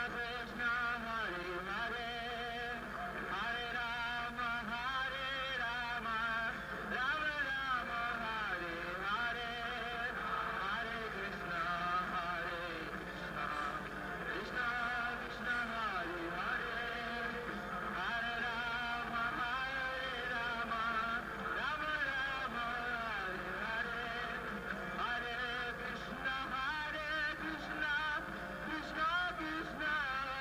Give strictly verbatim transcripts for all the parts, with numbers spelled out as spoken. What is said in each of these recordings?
Krishna,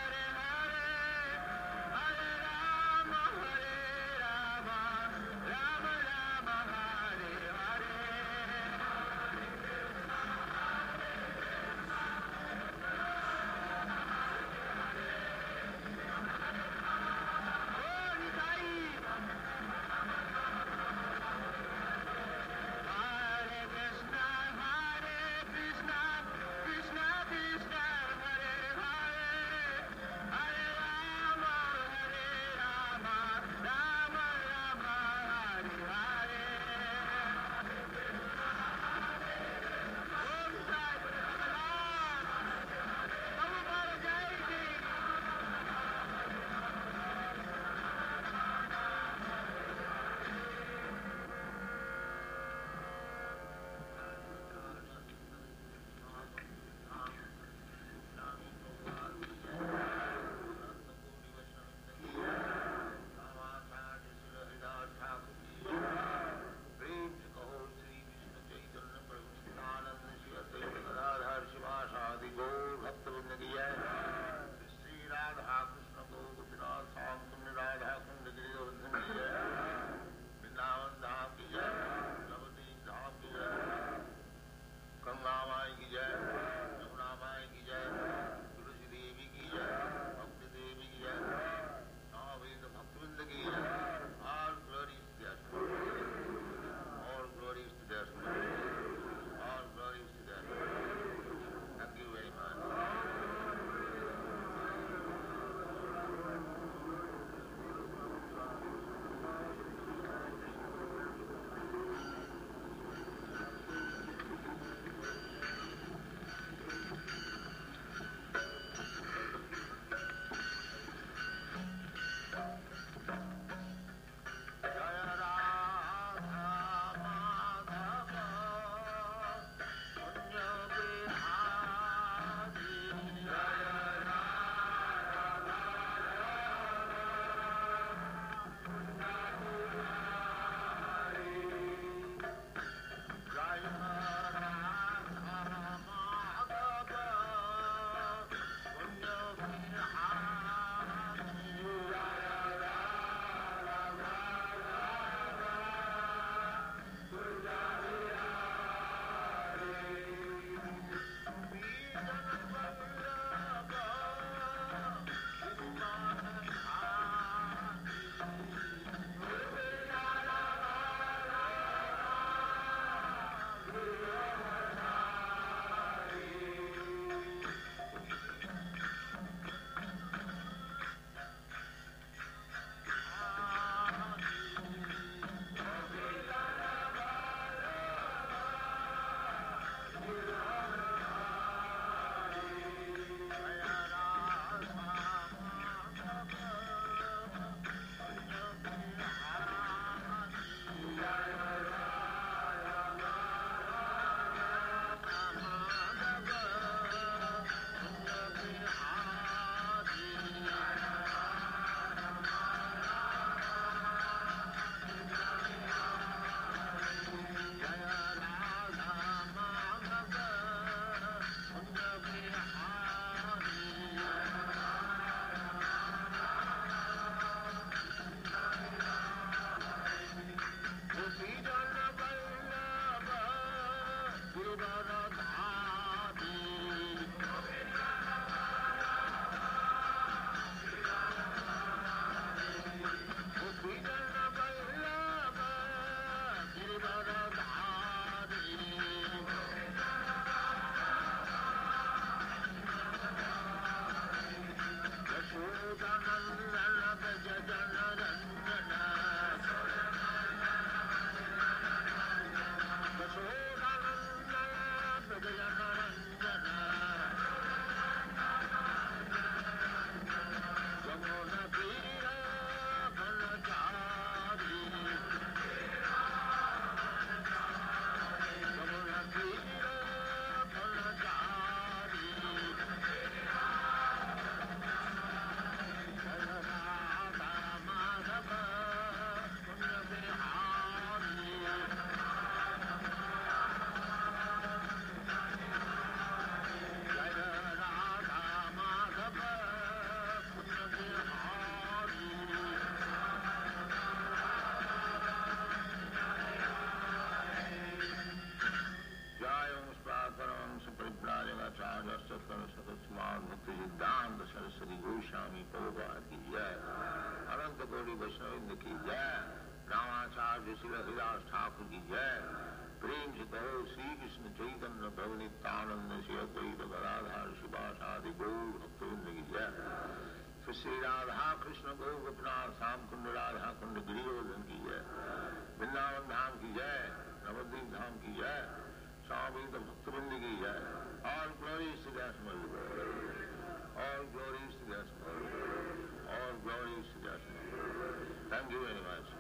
भक्ति सिद्धांत सरस्वती गोस्वामी प्रभुपाद की जय, अनंत कोटि वैष्णविंद की जय, रामाचार्य श्री हरिदास ठाकुर की जय। प्रेम से कहो श्री कृष्ण चैतन्य प्रभु नित्यानंद श्री अद्वैत गदाधर शिवासादि गौर भक्तवृंद की जय। फिर श्री राधा कृष्ण गौ गोपनाथ श्याम कुंड राधा कुंड गिरिवर्धन की जय, वृंदावन धाम की जय, नवद्वीप धाम की जय, स्वामी भक्तवृंद की जय। All glories to that mother. All glories to that mother. All glories to that mother. Thank you very much.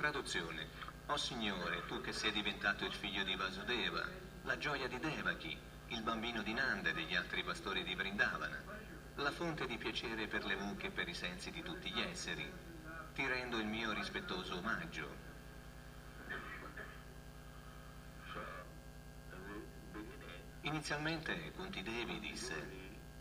Traduzione. O Signore, tu che sei diventato il figlio di Vasudeva, la gioia di Devaki, il bambino di Nanda e degli altri pastori di Vrindavana, la fonte di piacere per le mucche e per i sensi di tutti gli esseri, ti rendo il mio rispettoso omaggio. Inizialmente Kunti Devi disse: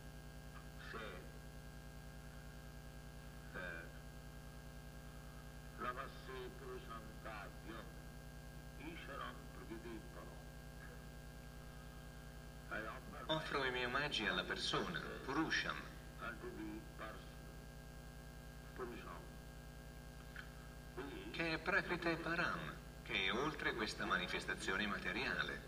offro i miei omaggi alla persona, Purusham, che è Prakriti Param, che è oltre questa manifestazione materiale.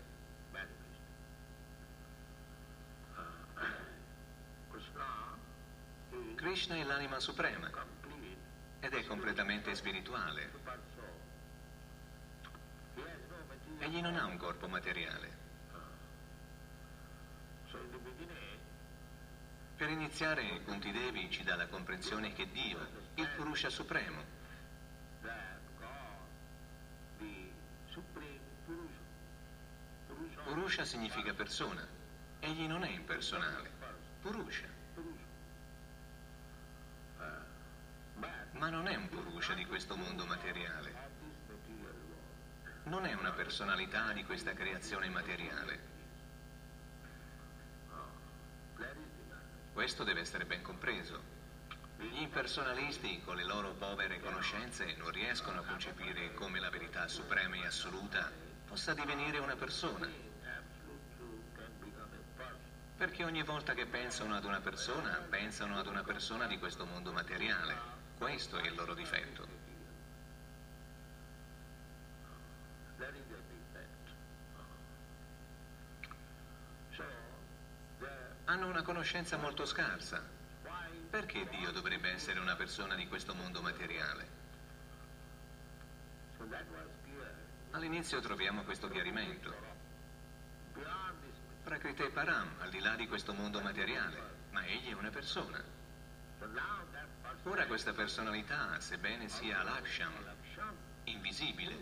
Krishna è l'anima suprema ed è completamente spirituale. Egli non ha un corpo materiale. Per iniziare, Kunti Devi ci dà la comprensione che Dio, il Purusha Supremo, Purusha significa persona. Egli non è impersonale. Purusha. Ma non è un Purusha di questo mondo materiale. Non è una personalità di questa creazione materiale. Questo deve essere ben compreso. Gli impersonalisti, con le loro povere conoscenze, non riescono a concepire come la verità suprema e assoluta possa divenire una persona. Perché ogni volta che pensano ad una persona, pensano ad una persona di questo mondo materiale. Questo è il loro difetto. Hanno una conoscenza molto scarsa. Perché Dio dovrebbe essere una persona di questo mondo materiale? All'inizio troviamo questo chiarimento. Prakriti Param, al di là di questo mondo materiale, ma egli è una persona. Ora questa personalità, sebbene sia Laksham, invisibile,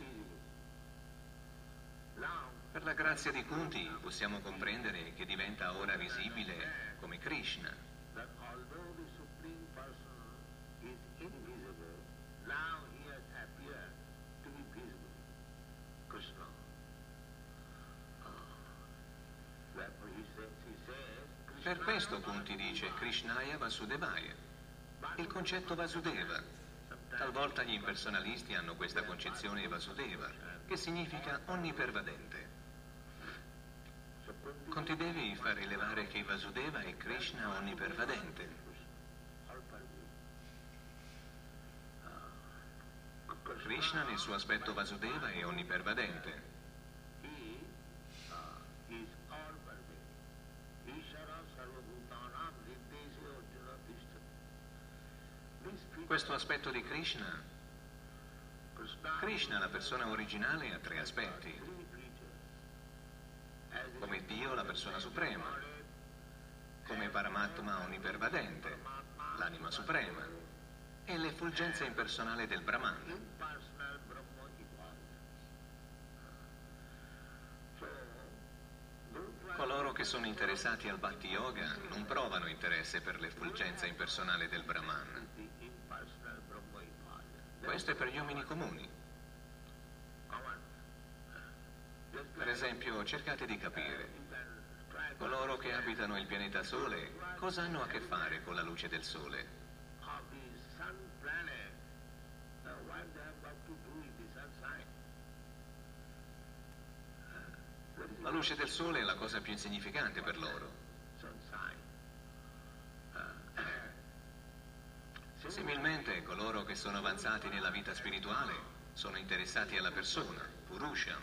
per la grazia di Kunti possiamo comprendere che diventa ora visibile come Krishna. Per questo Kunti dice Krishnaya Vasudevaya, il concetto Vasudeva. Talvolta gli impersonalisti hanno questa concezione Vasudeva, che significa onnipervadente. Kunti Devi fa rilevare che Vasudeva è Krishna onnipervadente. Krishna nel suo aspetto Vasudeva è onnipervadente. Questo aspetto di Krishna, Krishna, la persona originale, ha tre aspetti. Come Dio, la persona suprema, come Paramatma onnipervadente, l'anima suprema, e l'effulgenza impersonale del Brahman. Coloro che sono interessati al Bhakti Yoga non provano interesse per l'effulgenza impersonale del Brahman. Questo è per gli uomini comuni. Per esempio, cercate di capire. Coloro che abitano il pianeta Sole, cosa hanno a che fare con la luce del Sole? La luce del Sole è la cosa più insignificante per loro. Similmente, coloro che sono avanzati nella vita spirituale sono interessati alla persona, Purusha.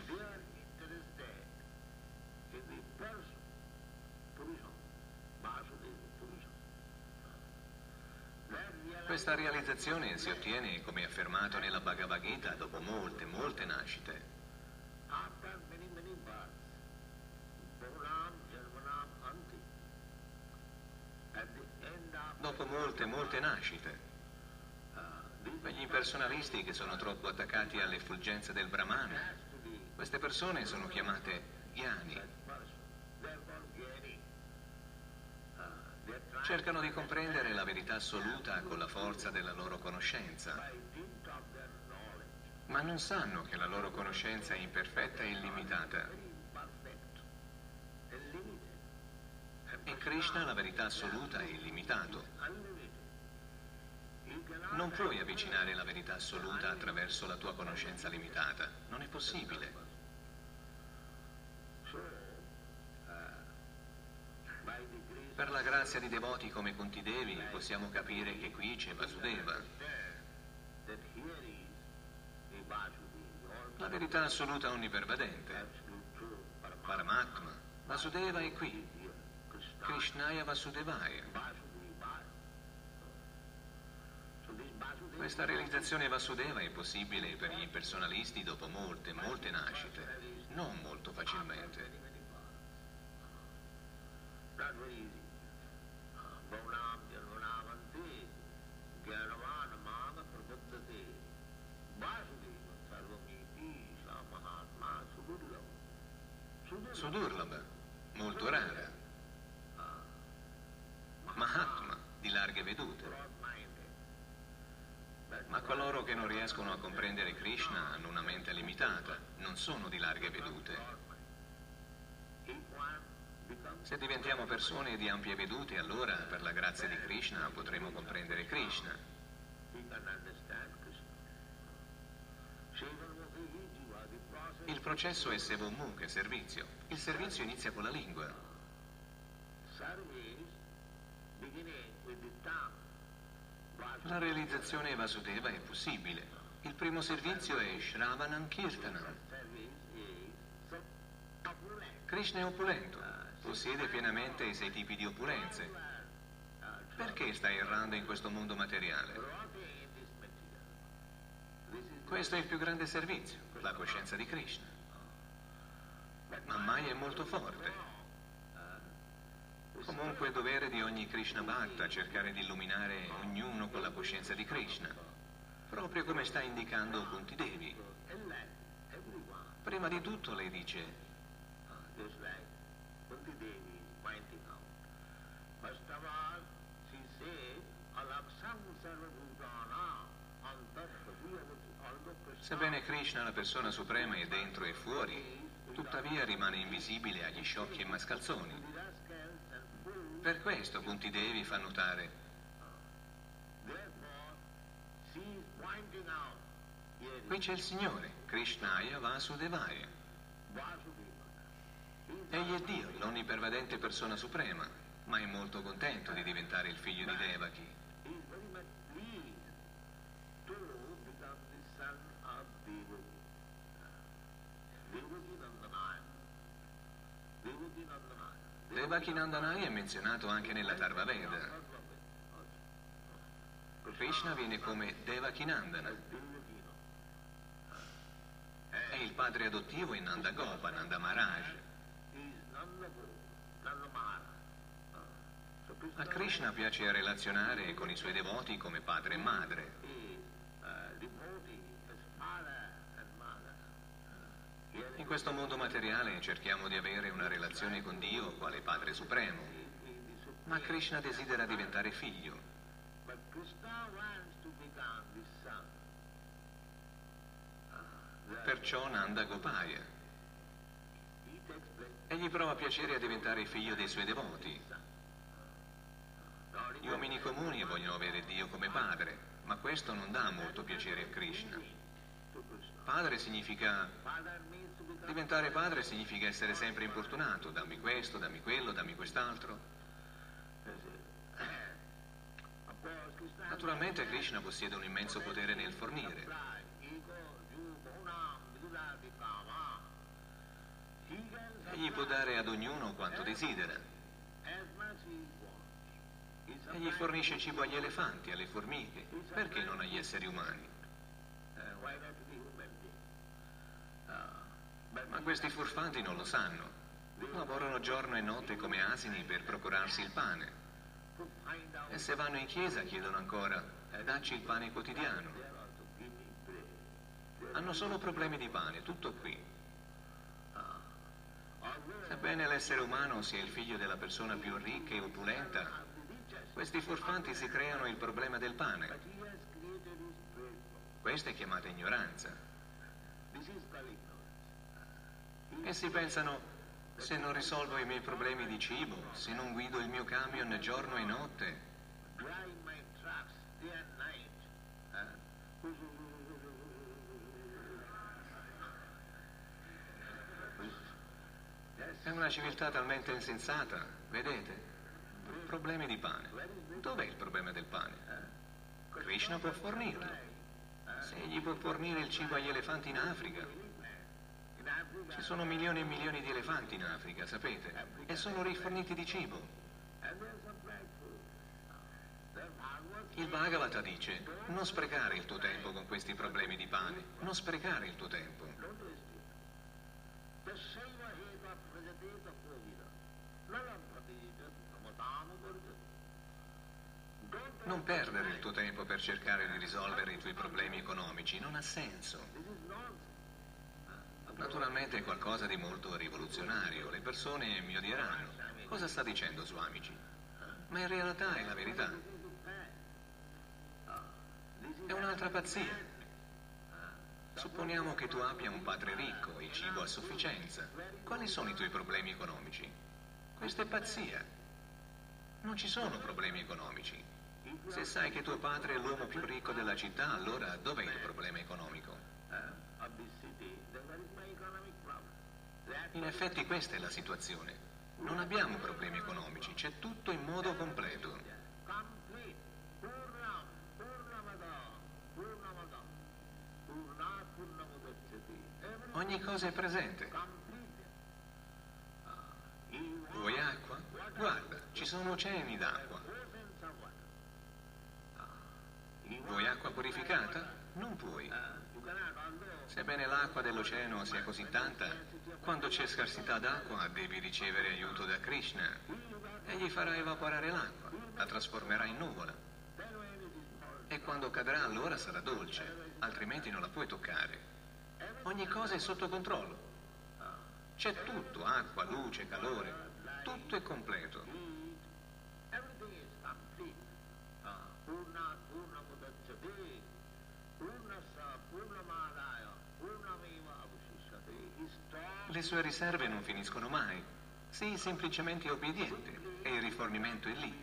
Questa realizzazione si ottiene, come affermato nella Bhagavad Gita, dopo molte, molte nascite. Dopo molte, molte nascite. Quegli impersonalisti che sono troppo attaccati alle effulgenze del Brahman, queste persone sono chiamate Jnani. Cercano di comprendere la verità assoluta con la forza della loro conoscenza, ma non sanno che la loro conoscenza è imperfetta e illimitata. In Krishna la verità assoluta è illimitato. Non puoi avvicinare la verità assoluta attraverso la tua conoscenza limitata. Non è possibile. Per la grazia di devoti come Kunti-Devi possiamo capire che qui c'è Vasudeva. La verità assoluta onnipervadente. Paramatma. Vasudeva è qui. Krishnaya Vasudevaya. Questa realizzazione Vasudeva è possibile per gli impersonalisti dopo molte, molte nascite, non molto facilmente. Sudurlabha, molto rara. Mahatma, di larghe vedute. Ma coloro che non riescono a comprendere Krishna hanno una mente limitata, non sono di larghe vedute. Se diventiamo persone di ampie vedute, allora, per la grazia di Krishna, potremo comprendere Krishna. Il processo è Sevomukha, servizio. Il servizio inizia con la lingua. La realizzazione Vasudeva è possibile. Il primo servizio è Shravanam Kirtanam. Krishna è opulento, possiede pienamente i sei tipi di opulenze. Perché sta errando in questo mondo materiale? Questo è il più grande servizio, la coscienza di Krishna. Ma mai è molto forte. Comunque è dovere di ogni Krishna Bhakta cercare di illuminare ognuno con la coscienza di Krishna, proprio come sta indicando Kunti-Devi. Prima di tutto lei dice: sebbene Krishna, la persona suprema, è dentro e fuori, tuttavia rimane invisibile agli sciocchi e mascalzoni. Per questo Kunti-Devi fa notare: qui c'è il Signore, Krishnaya Vasudevaya. Egli è Dio, l'onnipervadente persona suprema, ma è molto contento di diventare il figlio di Devaki. Devaki Nandanaya è menzionato anche nella Atharva Veda. Krishna viene come Devaki Nandana. È il padre adottivo in Nanda Gopa, Nanda Maharaj. A Krishna piace relazionare con i suoi devoti come padre e madre. In questo mondo materiale cerchiamo di avere una relazione con Dio quale Padre Supremo, ma Krishna desidera diventare figlio. Perciò Nanda Gopaya. Egli prova piacere a diventare figlio dei suoi devoti. Gli uomini comuni vogliono avere Dio come padre, ma questo non dà molto piacere a Krishna. Padre significa... Diventare padre significa essere sempre importunato. Dammi questo, dammi quello, dammi quest'altro. Naturalmente Krishna possiede un immenso potere nel fornire. Egli può dare ad ognuno quanto desidera. Egli fornisce cibo agli elefanti, alle formiche. Perché non agli esseri umani? Ma questi furfanti non lo sanno. Lavorano giorno e notte come asini per procurarsi il pane. E se vanno in chiesa chiedono ancora: dacci il pane quotidiano. Hanno solo problemi di pane, tutto qui. Sebbene l'essere umano sia il figlio della persona più ricca e opulenta, questi furfanti si creano il problema del pane. Questa è chiamata ignoranza. Essi pensano, se non risolvo i miei problemi di cibo, se non guido il mio camion giorno e notte, è una civiltà talmente insensata, vedete? Problemi di pane. Dov'è il problema del pane? Krishna può fornirlo. Se egli può fornire il cibo agli elefanti in Africa. Ci sono milioni e milioni di elefanti in Africa, sapete? E sono riforniti di cibo. Il Bhagavata dice, non sprecare il tuo tempo con questi problemi di pane. Non sprecare il tuo tempo. Non perdere il tuo tempo per cercare di risolvere i tuoi problemi economici, non ha senso. Naturalmente è qualcosa di molto rivoluzionario, le persone mi odieranno. Cosa sta dicendo Swamiji? Ma in realtà è la verità. È un'altra pazzia. Supponiamo che tu abbia un padre ricco e il cibo a sufficienza. Quali sono i tuoi problemi economici? Questa è pazzia. Non ci sono problemi economici. Se sai che tuo padre è l'uomo più ricco della città, allora dov'è il problema economico? In effetti questa è la situazione. Non abbiamo problemi economici, c'è tutto in modo completo. Ogni cosa è presente. Vuoi acqua? Guarda, ci sono oceani d'acqua. Vuoi acqua purificata? Non puoi. Sebbene l'acqua dell'oceano sia così tanta, quando c'è scarsità d'acqua devi ricevere aiuto da Krishna. Egli farà evaporare l'acqua, la trasformerà in nuvola. E quando cadrà allora sarà dolce, altrimenti non la puoi toccare. Ogni cosa è sotto controllo. C'è tutto, acqua, luce, calore, tutto è completo. Le sue riserve non finiscono mai. Sii semplicemente obbediente e il rifornimento è lì.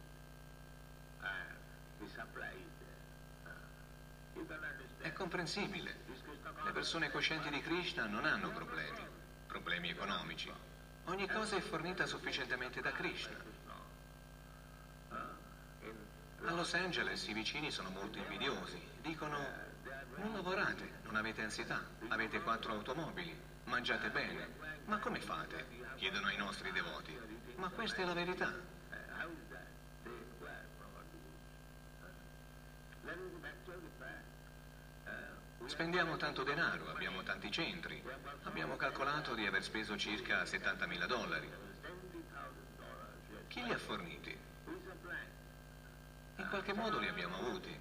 È comprensibile. Le persone coscienti di Krishna non hanno problemi, problemi economici. Ogni cosa è fornita sufficientemente da Krishna. A Los Angeles i vicini sono molto invidiosi. Dicono, non lavorate, non avete ansietà, avete quattro automobili, mangiate bene. Ma come fate? Chiedono ai nostri devoti. Ma questa è la verità. Spendiamo tanto denaro, abbiamo tanti centri. Abbiamo calcolato di aver speso circa settantamila dollari. Chi li ha forniti? In qualche modo li abbiamo avuti.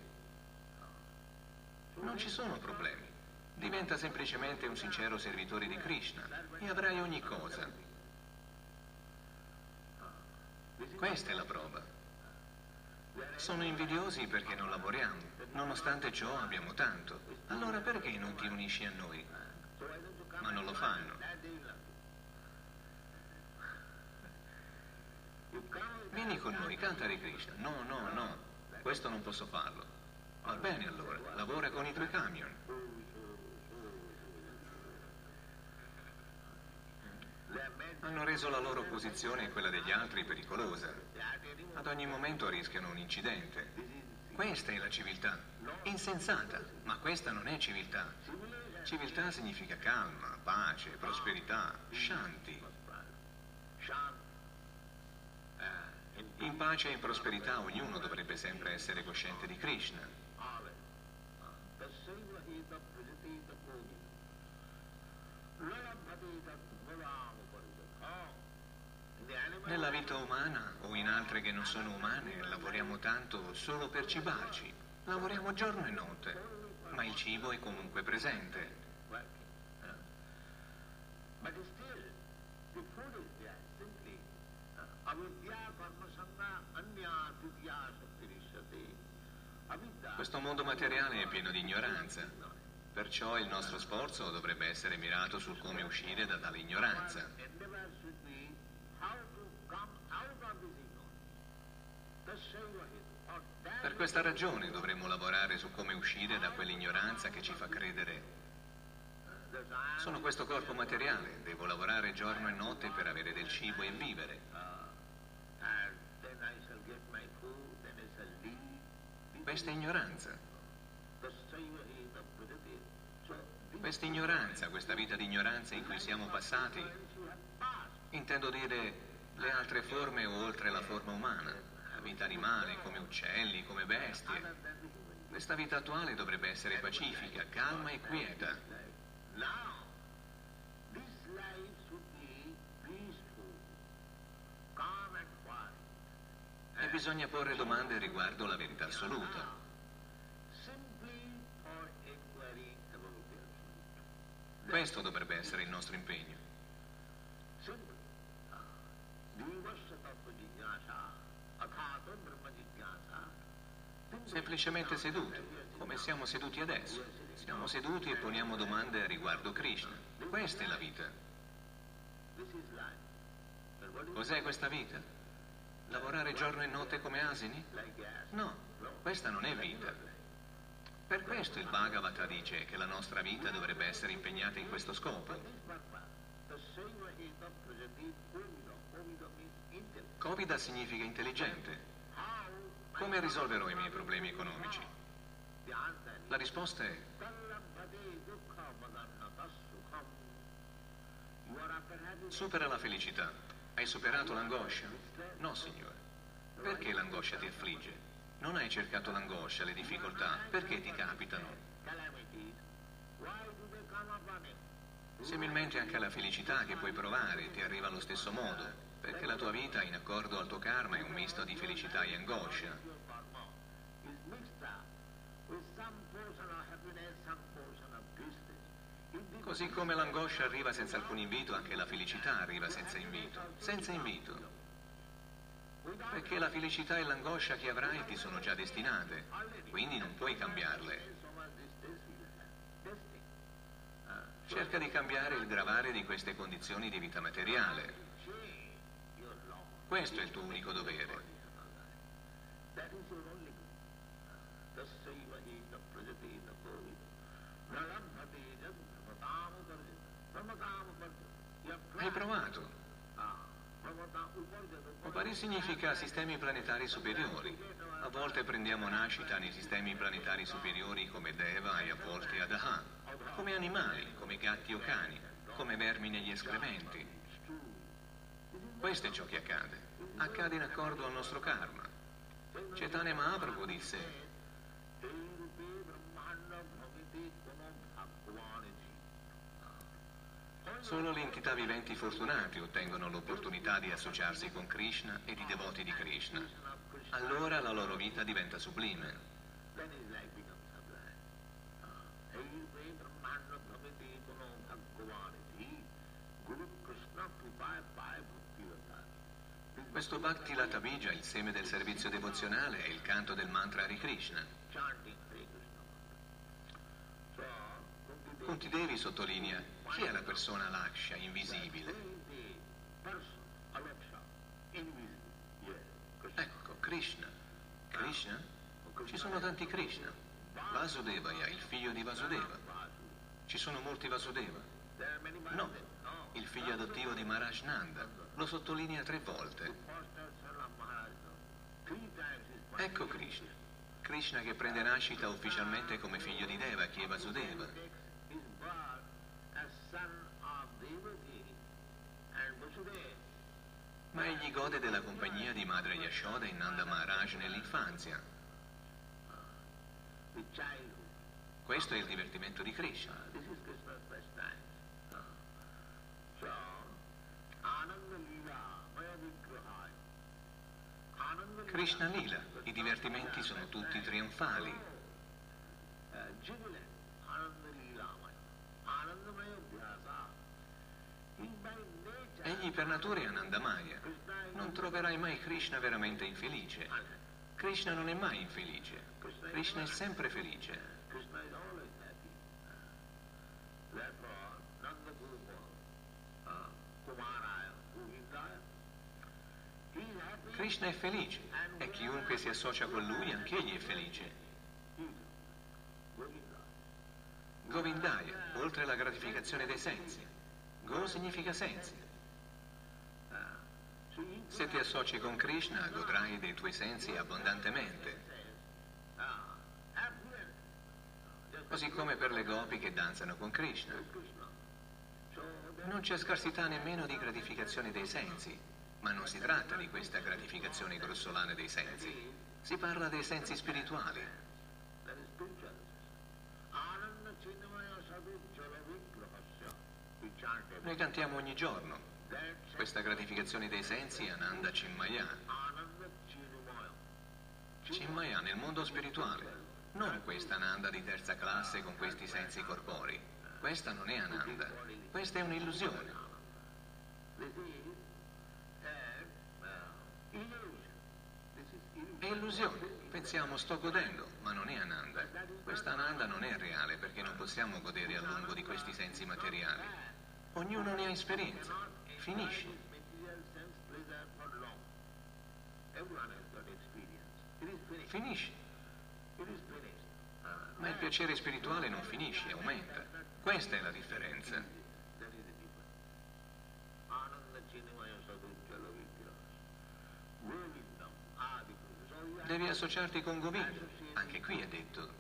Non ci sono problemi. Diventa semplicemente un sincero servitore di Krishna e avrai ogni cosa. Questa è la prova. Sono invidiosi perché non lavoriamo. Nonostante ciò abbiamo tanto. Allora perché non ti unisci a noi? Ma non lo fanno. Vieni con noi, canta Hare Krishna. No, no, no, questo non posso farlo. Va bene allora, lavora con i tuoi camion. Hanno reso la loro posizione e quella degli altri pericolosa. Ad ogni momento rischiano un incidente. Questa è la civiltà. Insensata, ma questa non è civiltà. Civiltà significa calma, pace, prosperità, shanti. In pace e in prosperità ognuno dovrebbe sempre essere cosciente di Krishna. Nella vita umana o in altre che non sono umane lavoriamo tanto solo per cibarci. Lavoriamo giorno e notte, ma il cibo è comunque presente. Questo mondo materiale è pieno di ignoranza, perciò il nostro sforzo dovrebbe essere mirato sul come uscire da tale ignoranza. Per questa ragione dovremmo lavorare su come uscire da quell'ignoranza che ci fa credere: sono questo corpo materiale, devo lavorare giorno e notte per avere del cibo e vivere. Questa ignoranza, questa ignoranza, questa vita di ignoranza in cui siamo passati, intendo dire le altre forme oltre la forma umana, la vita animale, come uccelli, come bestie. Questa vita attuale dovrebbe essere pacifica, calma e quieta. E bisogna porre domande riguardo la verità assoluta. Questo dovrebbe essere il nostro impegno. Semplicemente seduti, come siamo seduti adesso. Siamo seduti e poniamo domande riguardo Krishna. Questa è la vita. Cos'è questa vita? Lavorare giorno e notte come asini? No, questa non è vita. Per questo il Bhagavata dice che la nostra vita dovrebbe essere impegnata in questo scopo. Kovida significa intelligente. Come risolverò i miei problemi economici? La risposta è: supera la felicità. Hai superato l'angoscia? No, Signore. Perché l'angoscia ti affligge? Non hai cercato l'angoscia, le difficoltà. Perché ti capitano? Similmente anche la felicità che puoi provare ti arriva allo stesso modo, perché la tua vita, in accordo al tuo karma, è un misto di felicità e angoscia. Così come l'angoscia arriva senza alcun invito, anche la felicità arriva senza invito. Senza invito. Perché la felicità e l'angoscia che avrai ti sono già destinate, quindi non puoi cambiarle. Cerca di cambiare il gravare di queste condizioni di vita materiale. Questo è il tuo unico dovere. Hai provato. Upari significa sistemi planetari superiori. A volte prendiamo nascita nei sistemi planetari superiori come Deva e a volte Adaha, come animali, come gatti o cani, come vermi negli escrementi. Questo è ciò che accade. Accade in accordo al nostro karma. Chaitanya Mahaprabhu disse: solo le entità viventi fortunate ottengono l'opportunità di associarsi con Krishna e di devoti di Krishna. Allora la loro vita diventa sublime. Questo Bhakti Lata Bija, il seme del servizio devozionale, è il canto del mantra Hare Krishna. Kunti Devi sottolinea: chi è la persona Laksha, invisibile? Ecco, Krishna. Krishna? Ci sono tanti Krishna. Vasudevaya, il figlio di Vasudeva. Ci sono molti Vasudeva? No, il figlio adottivo di Maharaj Nanda. Lo sottolinea tre volte. Ecco Krishna. Krishna che prende nascita ufficialmente come figlio di Devaki e Vasudeva. Ma egli gode della compagnia di madre Yashoda e Nanda Maharaj nell'infanzia. Questo è il divertimento di Krishna. Krishna Lila, i divertimenti sono tutti trionfali. jubilant, Ananda Leelamaya, Anandamaya Vyasa. Egli per natura è Anandamaya. Non troverai mai Krishna veramente infelice. Krishna non è mai infelice. Krishna è sempre felice. Krishna is always happy. Therefore, Nanda Gopal, Kumaraya, Govindaya, he is happy. Krishna è felice e chiunque si associa con lui anch'egli è felice. Govindaya, oltre la gratificazione dei sensi. Go significa sensi. Se ti associ con Krishna, godrai dei tuoi sensi abbondantemente. Così come per le gopi che danzano con Krishna. Non c'è scarsità nemmeno di gratificazione dei sensi, ma non si tratta di questa gratificazione grossolana dei sensi. Si parla dei sensi spirituali. Noi cantiamo ogni giorno. Questa gratificazione dei sensi è Ananda Chinmaya. Chinmaya nel mondo spirituale. Non questa Ananda di terza classe con questi sensi corporei. Questa non è Ananda. Questa è un'illusione. È illusione. Pensiamo sto godendo, ma non è Ananda. Questa Ananda non è reale perché non possiamo godere a lungo di questi sensi materiali. Ognuno ne ha esperienza. Finisce. Finisce. Ma il piacere spirituale non finisce, aumenta. Questa è la differenza. Devi associarti con Govinda. Anche qui è detto.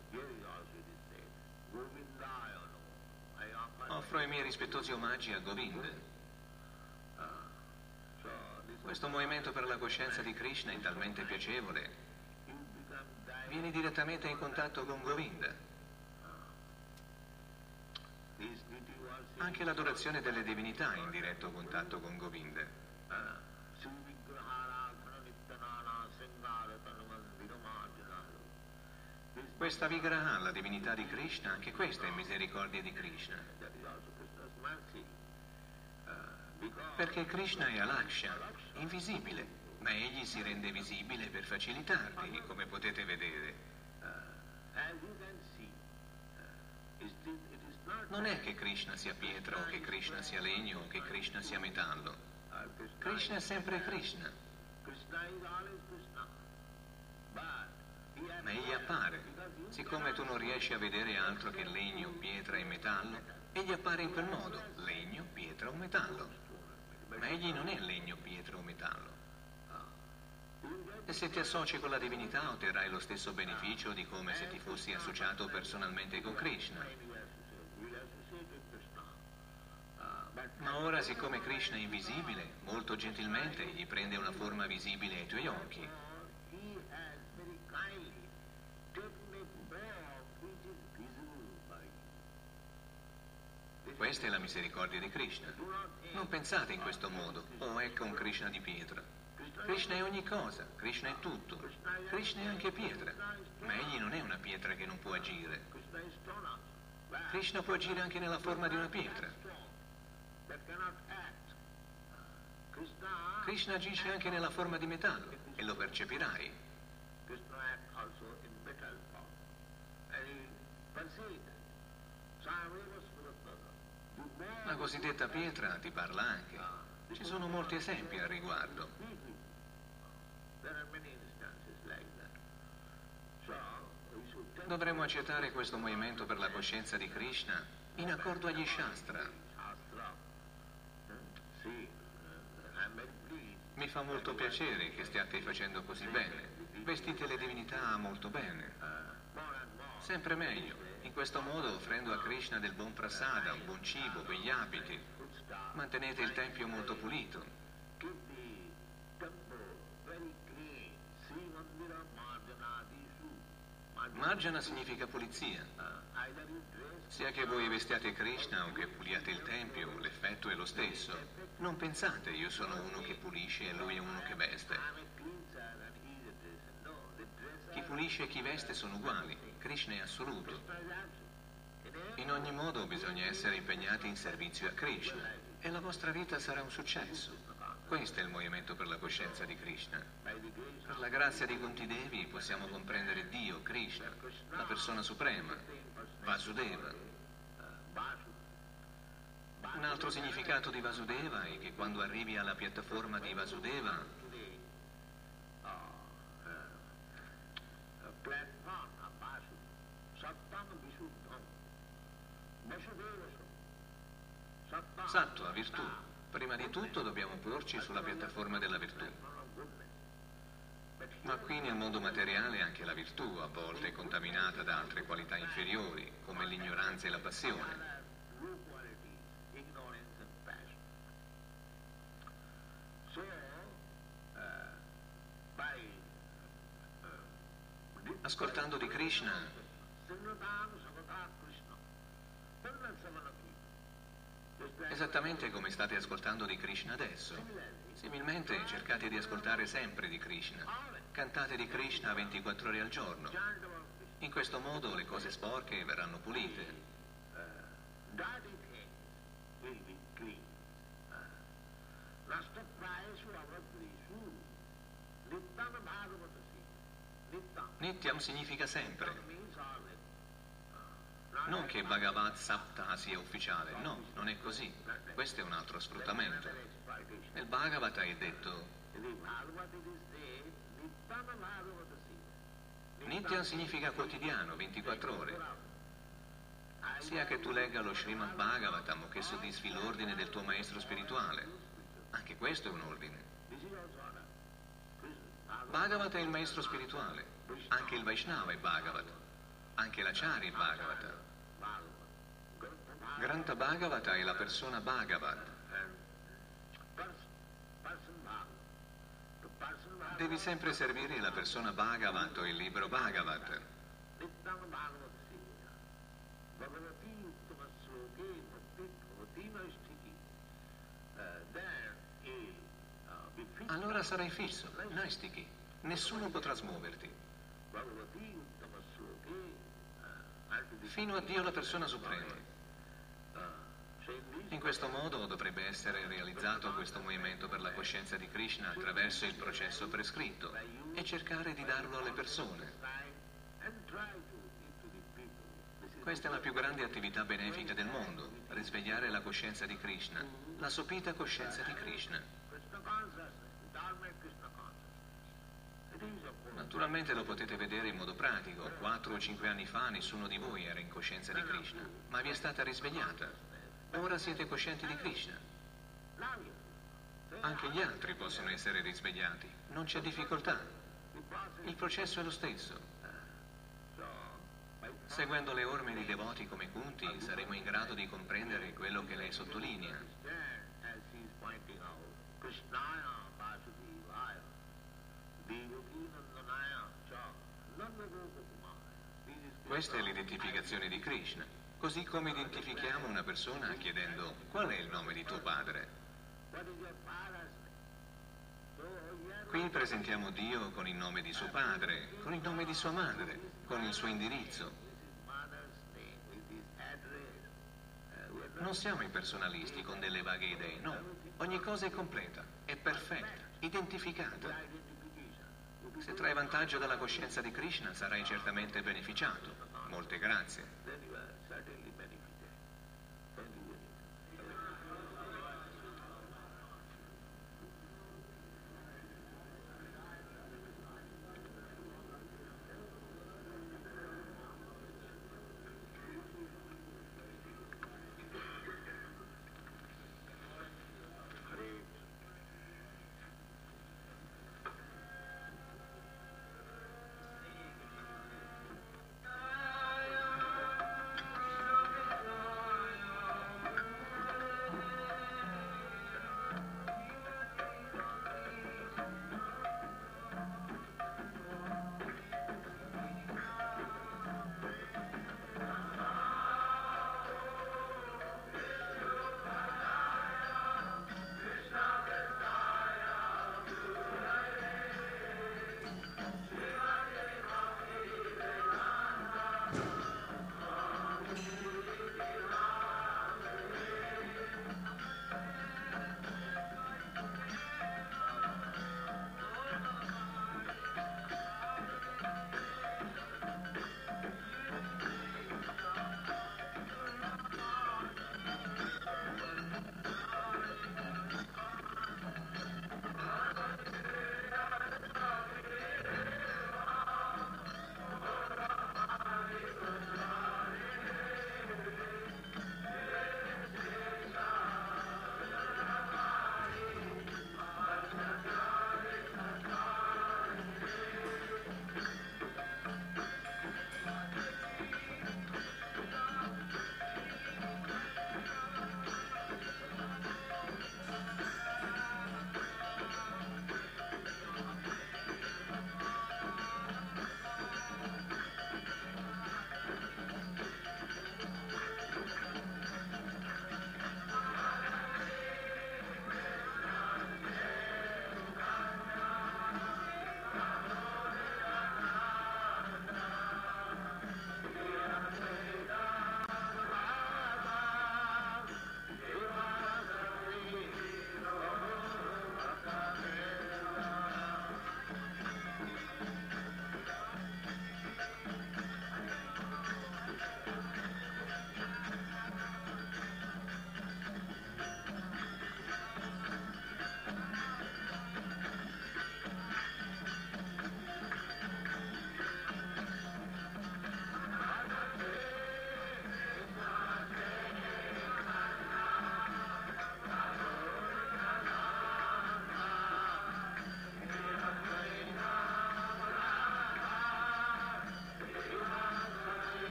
Offro i miei rispettosi omaggi a Govinda. Questo movimento per la coscienza di Krishna è talmente piacevole. Vieni direttamente in contatto con Govinda. Anche l'adorazione delle divinità è in diretto contatto con Govinda. Questa Vigraha, la divinità di Krishna, anche questa è misericordia di Krishna. Perché Krishna è Alaksha, invisibile, ma egli si rende visibile per facilitarti, come potete vedere. Non è che Krishna sia pietra o che Krishna sia legno o che Krishna sia metallo. Krishna è sempre Krishna. Ma egli appare. Siccome tu non riesci a vedere altro che legno, pietra e metallo, egli appare in quel modo, legno, pietra o metallo. Ma egli non è legno, pietra o metallo. E se ti associ con la divinità otterrai lo stesso beneficio di come se ti fossi associato personalmente con Krishna. Ma ora, siccome Krishna è invisibile, molto gentilmente egli prende una forma visibile ai tuoi occhi. Questa è la misericordia di Krishna. Non pensate in questo modo, oh ecco un Krishna di pietra. Krishna è ogni cosa, Krishna è tutto. Krishna è anche pietra, ma egli non è una pietra che non può agire. Krishna può agire anche nella forma di una pietra. Krishna agisce anche nella forma di metallo e lo percepirai. La cosiddetta pietra ti parla anche. Ci sono molti esempi al riguardo. Dovremmo accettare questo movimento per la coscienza di Krishna in accordo agli Shastra. Mi fa molto piacere che stiate facendo così bene. Vestite le divinità molto bene. Sempre meglio. In questo modo, offrendo a Krishna del buon prasada, un buon cibo, begli abiti, mantenete il tempio molto pulito. Marjana significa pulizia. Sia che voi vestiate Krishna o che puliate il tempio, l'effetto è lo stesso. Non pensate, io sono uno che pulisce e lui è uno che veste. Chi pulisce e chi veste sono uguali. Krishna è assoluto. In ogni modo bisogna essere impegnati in servizio a Krishna e la vostra vita sarà un successo. Questo è il movimento per la coscienza di Krishna. Per la grazia di Kunti Devi possiamo comprendere Dio, Krishna, la persona suprema, Vasudeva. Un altro significato di Vasudeva è che quando arrivi alla piattaforma di Vasudeva Sattva, virtù. Prima di tutto dobbiamo porci sulla piattaforma della virtù. Ma qui nel mondo materiale anche la virtù a volte è contaminata da altre qualità inferiori, come l'ignoranza e la passione. Ascoltando di Krishna, esattamente come state ascoltando di Krishna adesso. Similmente cercate di ascoltare sempre di Krishna. Cantate di Krishna ventiquattro ore al giorno. In questo modo le cose sporche verranno pulite. Nityam significa sempre. Non che Bhagavad Sapta sia ufficiale, no, non è così. Questo è un altro sfruttamento. Nel Bhagavata è detto Nityam significa quotidiano, ventiquattro ore. Sia che tu legga lo Srimad Bhagavatam o che soddisfi l'ordine del tuo maestro spirituale. Anche questo è un ordine. Bhagavata è il maestro spirituale. Anche il Vaishnava è Bhagavata. Anche l'Acharya è Bhagavata. Granta Bhagavata è la persona Bhagavat. Devi sempre servire la persona Bhagavat o il libro Bhagavat. Allora sarai fisso, naistiki. Nessuno potrà smuoverti. Fino a Dio la persona suprema. In questo modo dovrebbe essere realizzato questo movimento per la coscienza di Krishna attraverso il processo prescritto e cercare di darlo alle persone. Questa è la più grande attività benefica del mondo, risvegliare la coscienza di Krishna, la sopita coscienza di Krishna. Naturalmente lo potete vedere in modo pratico. Quattro o cinque anni fa nessuno di voi era in coscienza di Krishna, ma vi è stata risvegliata. Ora siete coscienti di Krishna. Anche gli altri possono essere risvegliati, non c'è difficoltà. Il processo è lo stesso. Seguendo le orme di devoti come Kunti saremo in grado di comprendere quello che lei sottolinea. Questa è l'identificazione di Krishna, così come identifichiamo una persona chiedendo qual è il nome di tuo padre. Qui presentiamo Dio con il nome di suo padre, con il nome di sua madre, con il suo indirizzo. Non siamo impersonalisti con delle vaghe idee, no. Ogni cosa è completa, è perfetta, identificata. Se trai vantaggio dalla coscienza di Krishna sarai certamente beneficiato. Molte grazie.